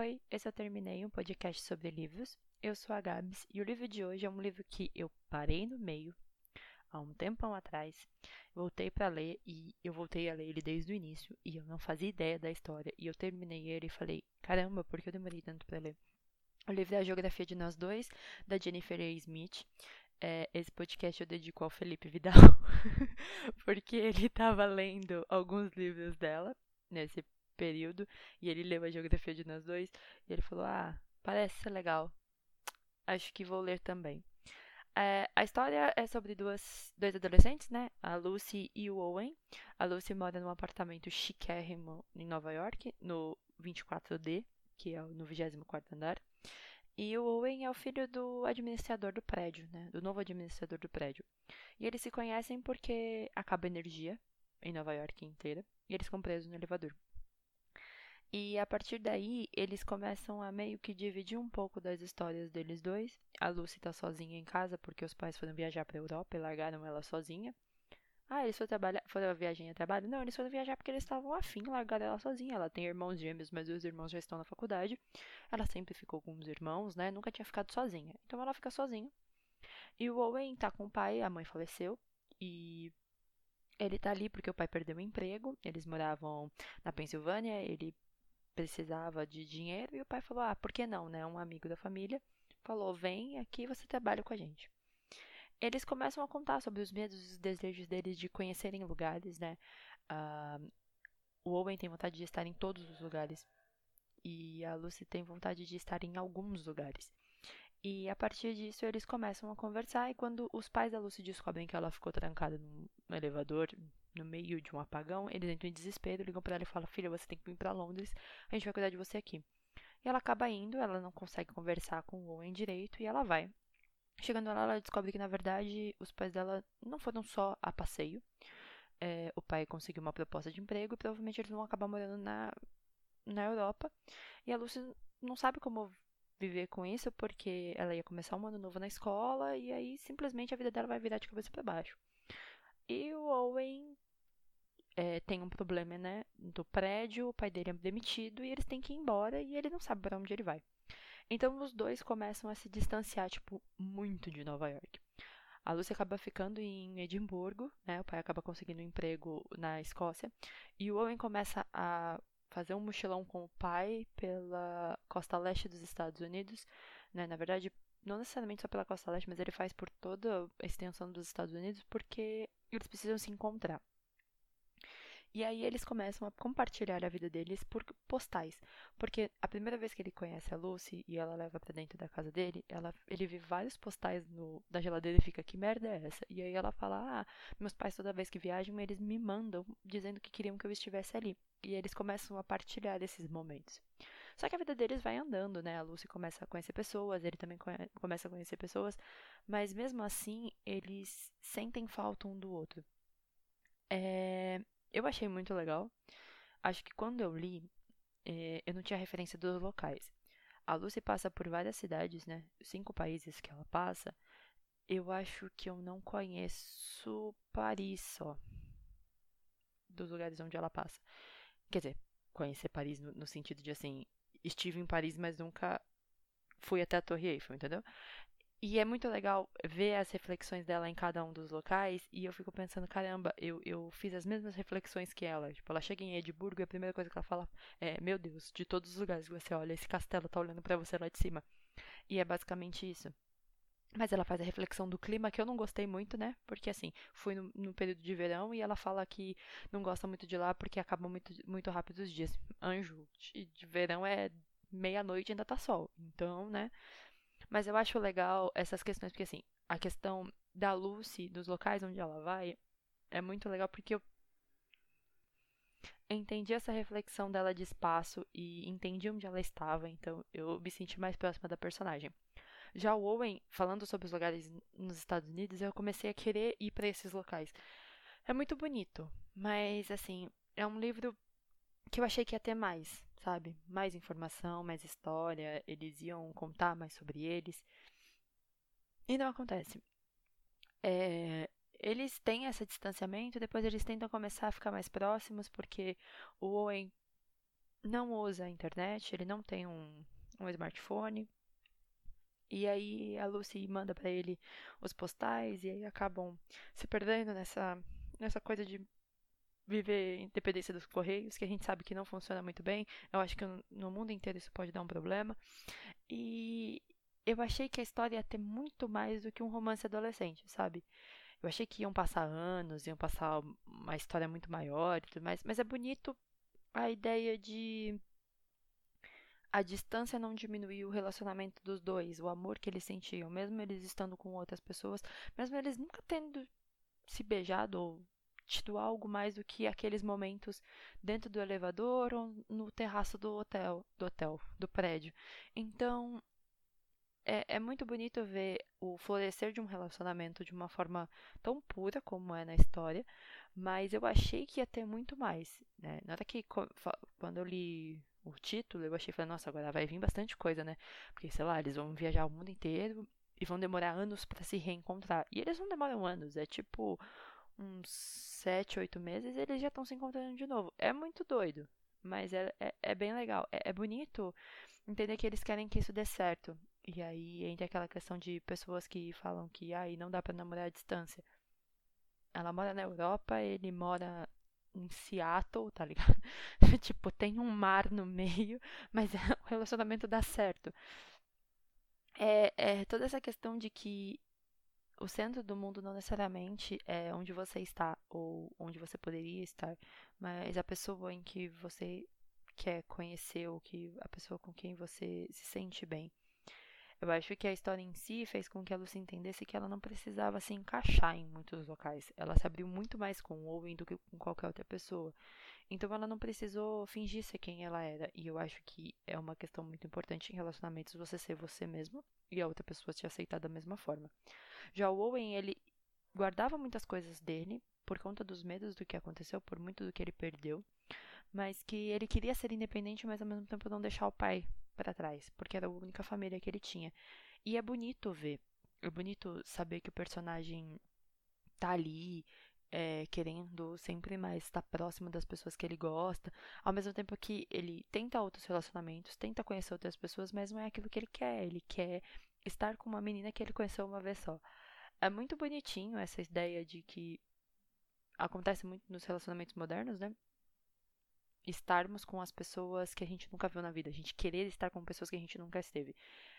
Oi, esse eu terminei um podcast sobre livros. Eu sou a Gabs e o livro de hoje é um livro que eu parei no meio há um tempão atrás, voltei para ler e eu voltei a ler ele desde o início e eu não fazia ideia da história e eu terminei ele e falei, caramba, por que eu demorei tanto para ler? O livro é A Geografia de Nós Dois, da Jennifer A. Smith. Esse podcast eu dedico ao Felipe Vidal, porque ele estava lendo alguns livros dela nesse período e ele leu A Geografia de Nós Dois e ele falou: Ah, parece ser legal, acho que vou ler também. A história é sobre dois adolescentes, né? A Lucy e o Owen. A Lucy mora num apartamento chiquérrimo em Nova York, no 24D, que é no 24º andar. E o Owen é o filho do administrador do prédio, né? Do novo administrador do prédio. E eles se conhecem porque acaba a energia em Nova York inteira e eles ficam presos no elevador. E a partir daí, eles começam a meio que dividir um pouco das histórias deles dois. A Lucy tá sozinha em casa porque os pais foram viajar pra Europa e largaram ela sozinha. Ah, eles foram viajar a trabalho? Não, eles foram viajar porque eles estavam afim, largaram ela sozinha. Ela tem irmãos gêmeos, mas os irmãos já estão na faculdade. Ela sempre ficou com os irmãos, né? Nunca tinha ficado sozinha. Então ela fica sozinha. E o Owen tá com o pai, a mãe faleceu. E ele tá ali porque o pai perdeu o emprego. Eles moravam na Pensilvânia, ele precisava de dinheiro e o pai falou: Ah, por que não, né? Um amigo da família falou: Vem aqui, você trabalha com a gente. Eles começam a contar sobre os medos e os desejos deles de conhecerem lugares, né? Ah, o Owen tem vontade de estar em todos os lugares e a Lucy tem vontade de estar em alguns lugares. E a partir disso eles começam a conversar e quando os pais da Lucy descobrem que ela ficou trancada no elevador no meio de um apagão, eles entram em desespero, ligam para ela e falam: Filha, você tem que vir para Londres, a gente vai cuidar de você aqui. E ela acaba indo, ela não consegue conversar com o Owen direito e ela vai. Chegando lá, ela descobre que na verdade os pais dela não foram só a passeio. O pai conseguiu uma proposta de emprego e provavelmente eles vão acabar morando na Europa. E a Lucy não sabe como viver com isso porque ela ia começar um ano novo na escola e aí simplesmente a vida dela vai virar de cabeça para baixo. E o Owen tem um problema, né, do prédio, o pai dele é demitido e eles têm que ir embora e ele não sabe para onde ele vai. Então os dois começam a se distanciar, tipo, muito de Nova York. A Lucy acaba ficando em Edimburgo, né? O pai acaba conseguindo um emprego na Escócia. E o Owen começa a fazer um mochilão com o pai pela costa leste dos Estados Unidos, né? Na verdade, não necessariamente só pela costa leste, mas ele faz por toda a extensão dos Estados Unidos porque eles precisam se encontrar. E aí eles começam a compartilhar a vida deles por postais. Porque a primeira vez que ele conhece a Lucy e ela leva pra dentro da casa dele, ele vê vários postais da geladeira e fica, que merda é essa? E aí ela fala, meus pais toda vez que viajam, eles me mandam dizendo que queriam que eu estivesse ali. E eles começam a partilhar esses momentos. Só que a vida deles vai andando, né? A Lucy começa a conhecer pessoas, ele também começa a conhecer pessoas, mas mesmo assim, eles sentem falta um do outro. É, eu achei muito legal. Acho que quando eu li, eu não tinha referência dos locais. A Lucy passa por várias cidades, né? 5 países que ela passa. Eu acho que eu não conheço Paris só, dos lugares onde ela passa. Quer dizer, conhecer Paris no sentido de assim, estive em Paris, mas nunca fui até a Torre Eiffel, entendeu? E é muito legal ver as reflexões dela em cada um dos locais. E eu fico pensando, caramba, eu fiz as mesmas reflexões que ela. Tipo, ela chega em Edimburgo e a primeira coisa que ela fala é: Meu Deus, de todos os lugares que você olha, esse castelo tá olhando pra você lá de cima. E é basicamente isso. Mas ela faz a reflexão do clima, que eu não gostei muito, né? Porque, assim, fui no período de verão e ela fala que não gosta muito de lá porque acabam muito rápido os dias. Anjo, de verão é meia-noite e ainda tá sol. Então, né? Mas eu acho legal essas questões, porque assim, a questão da Lucy, dos locais onde ela vai, é muito legal porque eu entendi essa reflexão dela de espaço e entendi onde ela estava, então eu me senti mais próxima da personagem. Já o Owen, falando sobre os lugares nos Estados Unidos, eu comecei a querer ir para esses locais. É muito bonito, mas assim, é um livro que eu achei que ia ter mais, sabe? Mais informação, mais história, eles iam contar mais sobre eles. E não acontece. É, eles têm esse distanciamento, depois eles tentam começar a ficar mais próximos, porque o Owen não usa a internet, ele não tem um smartphone. E aí a Lucy manda pra ele os postais e aí acabam se perdendo nessa coisa de viver independência dos correios, que a gente sabe que não funciona muito bem. Eu acho que no mundo inteiro isso pode dar um problema. E eu achei que a história ia ter muito mais do que um romance adolescente, sabe? Eu achei que iam passar anos, iam passar uma história muito maior e tudo mais, mas é bonito a ideia de a distância não diminuir o relacionamento dos dois, o amor que eles sentiam, mesmo eles estando com outras pessoas, mesmo eles nunca tendo se beijado ou tido algo mais do que aqueles momentos dentro do elevador ou no terraço do prédio. Então, é muito bonito ver o florescer de um relacionamento de uma forma tão pura como é na história, mas eu achei que ia ter muito mais, né? Na hora que quando eu li o título, eu achei, falei, nossa, agora vai vir bastante coisa, né? Porque, sei lá, eles vão viajar o mundo inteiro e vão demorar anos para se reencontrar. E eles não demoram anos, é tipo uns 7, 8 meses, eles já estão se encontrando de novo. É muito doido, mas é bem legal. É bonito entender que eles querem que isso dê certo. E aí entra aquela questão de pessoas que falam que não dá pra namorar à distância. Ela mora na Europa, ele mora em Seattle, tá ligado? Tipo, tem um mar no meio, mas o relacionamento dá certo. É toda essa questão de que o centro do mundo não necessariamente é onde você está ou onde você poderia estar, mas a pessoa em que você quer conhecer ou que a pessoa com quem você se sente bem. Eu acho que a história em si fez com que a Lucy entendesse que ela não precisava se encaixar em muitos locais. Ela se abriu muito mais com o Owen do que com qualquer outra pessoa. Então ela não precisou fingir ser quem ela era. E eu acho que é uma questão muito importante em relacionamentos você ser você mesmo e a outra pessoa te aceitar da mesma forma. Já o Owen, ele guardava muitas coisas dele por conta dos medos do que aconteceu, por muito do que ele perdeu, mas que ele queria ser independente, mas ao mesmo tempo não deixar o pai para trás, porque era a única família que ele tinha. E é bonito ver, é bonito saber que o personagem tá ali, querendo sempre mais estar próximo das pessoas que ele gosta, ao mesmo tempo que ele tenta outros relacionamentos, tenta conhecer outras pessoas, mas não é aquilo que ele quer estar com uma menina que ele conheceu uma vez só. É muito bonitinho essa ideia de que acontece muito nos relacionamentos modernos, né? Estarmos com as pessoas que a gente nunca viu na vida, a gente querer estar com pessoas que a gente nunca esteve.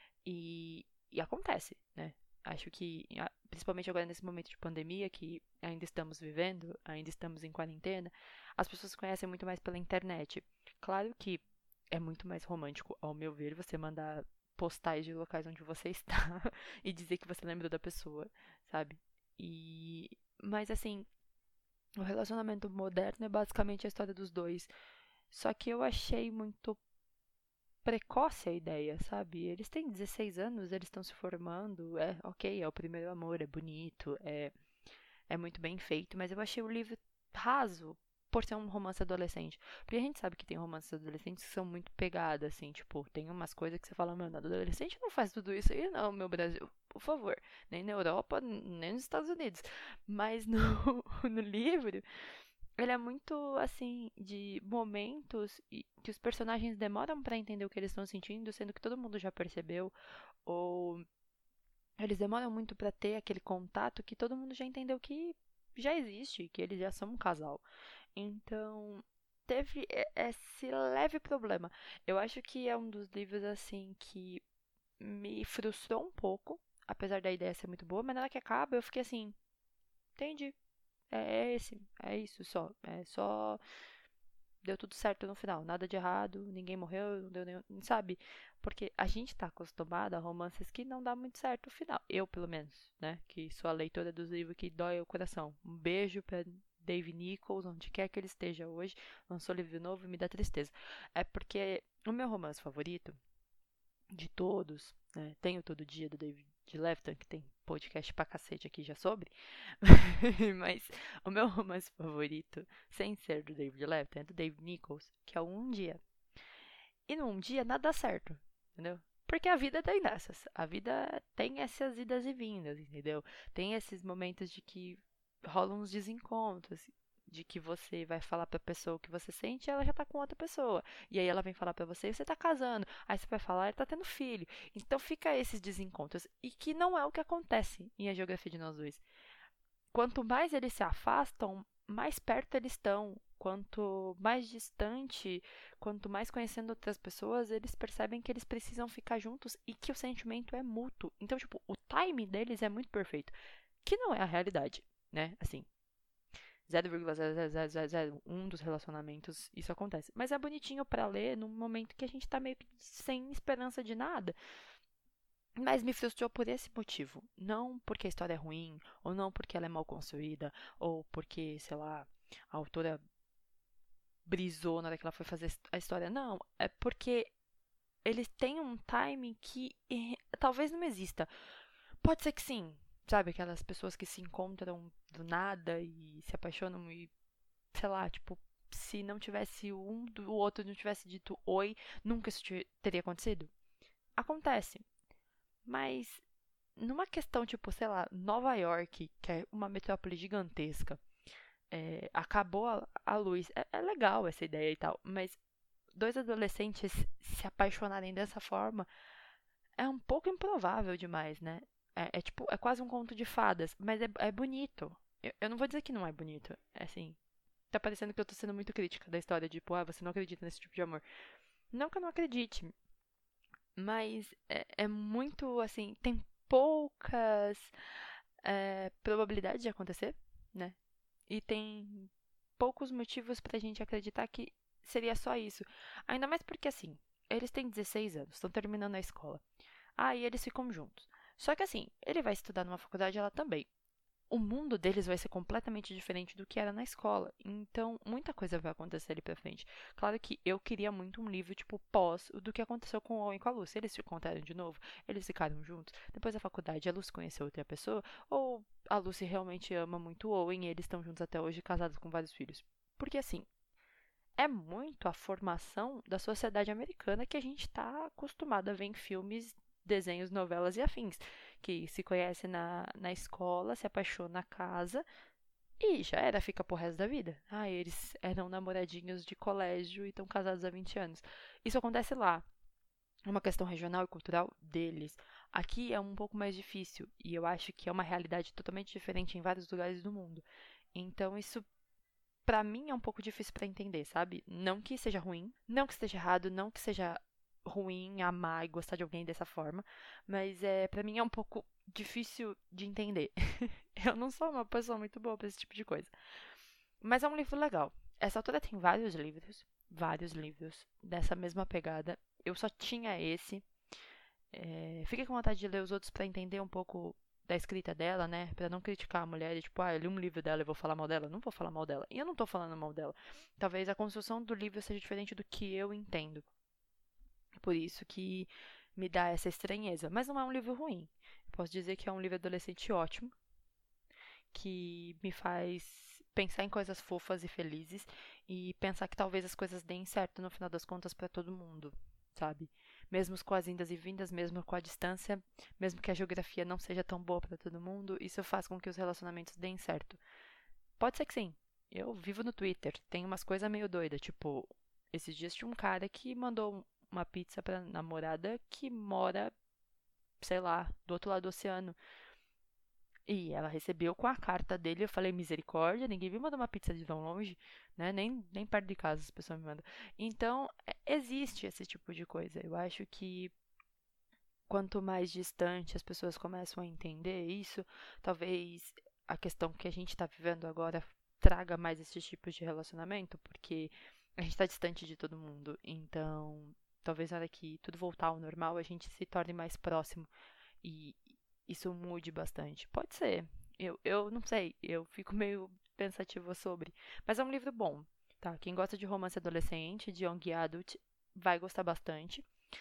E acontece, né? Acho que, principalmente agora nesse momento de pandemia que ainda estamos vivendo, ainda estamos em quarentena, as pessoas se conhecem muito mais pela internet. Claro que é muito mais romântico, ao meu ver, você mandar postais de locais onde você está e dizer que você lembrou da pessoa, sabe? Mas assim, o relacionamento moderno é basicamente a história dos dois. Só que eu achei muito precoce a ideia, sabe? Eles têm 16 anos, eles estão se formando, ok, é o primeiro amor, é bonito, é muito bem feito, mas eu achei o livro raso por ser um romance adolescente. Porque a gente sabe que tem romances adolescentes que são muito pegadas, assim, tipo, tem umas coisas que você fala, mano, adolescente não faz tudo isso aí, não, meu Brasil, por favor. Nem na Europa, nem nos Estados Unidos. Mas no, no livro, ele é muito, assim, de momentos que os personagens demoram pra entender o que eles estão sentindo, sendo que todo mundo já percebeu, ou eles demoram muito pra ter aquele contato que todo mundo já entendeu que já existe, que eles já são um casal. Então, teve esse leve problema. Eu acho que é um dos livros, assim, que me frustrou um pouco, apesar da ideia ser muito boa, mas na hora que acaba eu fiquei assim, entendi. É isso só. É só. Deu tudo certo no final. Nada de errado, ninguém morreu, não deu nenhum. Sabe? Porque a gente tá acostumado a romances que não dá muito certo o final. Eu, pelo menos, né? Que sou a leitora dos livros que dói o coração. Um beijo pra Dave Nichols, onde quer que ele esteja hoje. Lançou livro novo e me dá tristeza. É porque o meu romance favorito de todos, né? Tem o Todo Dia do David Lefton, que tem podcast pra cacete aqui já sobre. Mas o meu romance favorito, sem ser do David Lefton, é do David Nichols, que é o Um Dia. E no Um Dia nada dá certo, entendeu? Porque a vida tem dessas. A vida tem essas idas e vindas, entendeu? Tem esses momentos de que rolam uns desencontros. de que você vai falar pra pessoa o que você sente e ela já tá com outra pessoa. E aí ela vem falar pra você e você tá casando. Aí você vai falar, ele tá tendo filho. Então fica esses desencontros. E que não é o que acontece em A Geografia de Nós Dois. Quanto mais eles se afastam, mais perto eles estão. Quanto mais distante, quanto mais conhecendo outras pessoas, eles percebem que eles precisam ficar juntos e que o sentimento é mútuo. Então, tipo, o timing deles é muito perfeito. Que não é a realidade, né? Assim, 0,00001 dos relacionamentos isso acontece. Mas é bonitinho pra ler num momento que a gente tá meio que sem esperança de nada. Mas me frustrou por esse motivo. Não porque a história é ruim, ou não porque ela é mal construída, ou porque, sei lá, a autora brisou na hora que ela foi fazer a história. Não, é porque eles têm um timing que talvez não exista. Pode ser que sim, sabe? Aquelas pessoas que se encontram do nada e se apaixonam e, sei lá, tipo, se não tivesse um do outro não tivesse dito oi, nunca isso teria acontecido. Acontece. Mas numa questão, tipo, sei lá, Nova York, que é uma metrópole gigantesca, acabou a luz. É legal essa ideia e tal, mas dois adolescentes se apaixonarem dessa forma é um pouco improvável demais, né? Tipo, é quase um conto de fadas, mas é bonito. Eu não vou dizer que não é bonito. É assim, tá parecendo que eu tô sendo muito crítica da história, tipo, você não acredita nesse tipo de amor. Não que eu não acredite, mas é muito, assim, tem poucas probabilidades de acontecer, né? E tem poucos motivos pra gente acreditar que seria só isso. Ainda mais porque, assim, eles têm 16 anos, estão terminando a escola. E eles ficam juntos. Só que, assim, ele vai estudar numa faculdade, ela também. O mundo deles vai ser completamente diferente do que era na escola. Então, muita coisa vai acontecer ali pra frente. Claro que eu queria muito um livro, tipo, pós do que aconteceu com o Owen e com a Lucy. Eles se encontraram de novo, eles ficaram juntos. Depois da faculdade, a Lucy conheceu outra pessoa. Ou a Lucy realmente ama muito o Owen e eles estão juntos até hoje, casados com vários filhos. Porque, assim, é muito a formação da sociedade americana que a gente está acostumado a ver em filmes, desenhos, novelas e afins. Que se conhece na escola, se apaixona na casa e já era, fica pro resto da vida. Eles eram namoradinhos de colégio e estão casados há 20 anos. Isso acontece lá. É uma questão regional e cultural deles. Aqui é um pouco mais difícil e eu acho que é uma realidade totalmente diferente em vários lugares do mundo. Então isso pra mim é um pouco difícil pra entender, sabe? Não que seja ruim, não que esteja errado, não que seja ruim amar e gostar de alguém dessa forma, mas para mim é um pouco difícil de entender. Eu não sou uma pessoa muito boa pra esse tipo de coisa. Mas é um livro legal. Essa autora tem vários livros dessa mesma pegada. Eu só tinha esse. Fiquei com vontade de ler os outros pra entender um pouco da escrita dela, né? Pra não criticar a mulher e tipo, eu li um livro dela e vou falar mal dela. Não vou falar mal dela. E eu não tô falando mal dela. Talvez a construção do livro seja diferente do que eu entendo. Por isso que me dá essa estranheza. Mas não é um livro ruim. Posso dizer que é um livro adolescente ótimo, que me faz pensar em coisas fofas e felizes e pensar que talvez as coisas deem certo no final das contas pra todo mundo, sabe? Mesmo com as indas e vindas, mesmo com a distância, mesmo que a geografia não seja tão boa pra todo mundo, isso faz com que os relacionamentos deem certo. Pode ser que sim. Eu vivo no Twitter, tem umas coisas meio doidas, tipo, esses dias tinha um cara que mandou uma pizza pra namorada que mora, sei lá, do outro lado do oceano. E ela recebeu com a carta dele. Eu falei, misericórdia, ninguém me manda uma pizza de tão longe, né? Nem perto de casa as pessoas me mandam. Então, existe esse tipo de coisa. Eu acho que quanto mais distante as pessoas começam a entender isso, talvez a questão que a gente está vivendo agora traga mais esses tipos de relacionamento, porque a gente está distante de todo mundo. Então, talvez na hora que tudo voltar ao normal, a gente se torne mais próximo e isso mude bastante. Pode ser. Eu não sei. Eu fico meio pensativa sobre. Mas é um livro bom, tá? Quem gosta de romance adolescente, de young adult, vai gostar bastante.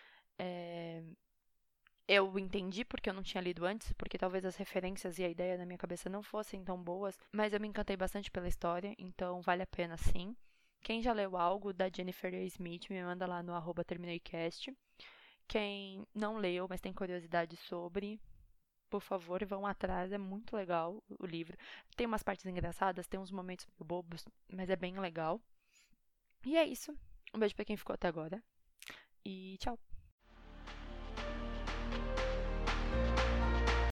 Eu entendi porque eu não tinha lido antes, porque talvez as referências e a ideia na minha cabeça não fossem tão boas, mas eu me encantei bastante pela história, então vale a pena sim. Quem já leu algo da Jennifer A. Smith, me manda lá no @terminaicast. Quem não leu, mas tem curiosidade sobre, por favor, vão atrás, é muito legal o livro. Tem umas partes engraçadas, tem uns momentos meio bobos, mas é bem legal. E é isso. Um beijo pra quem ficou até agora e tchau.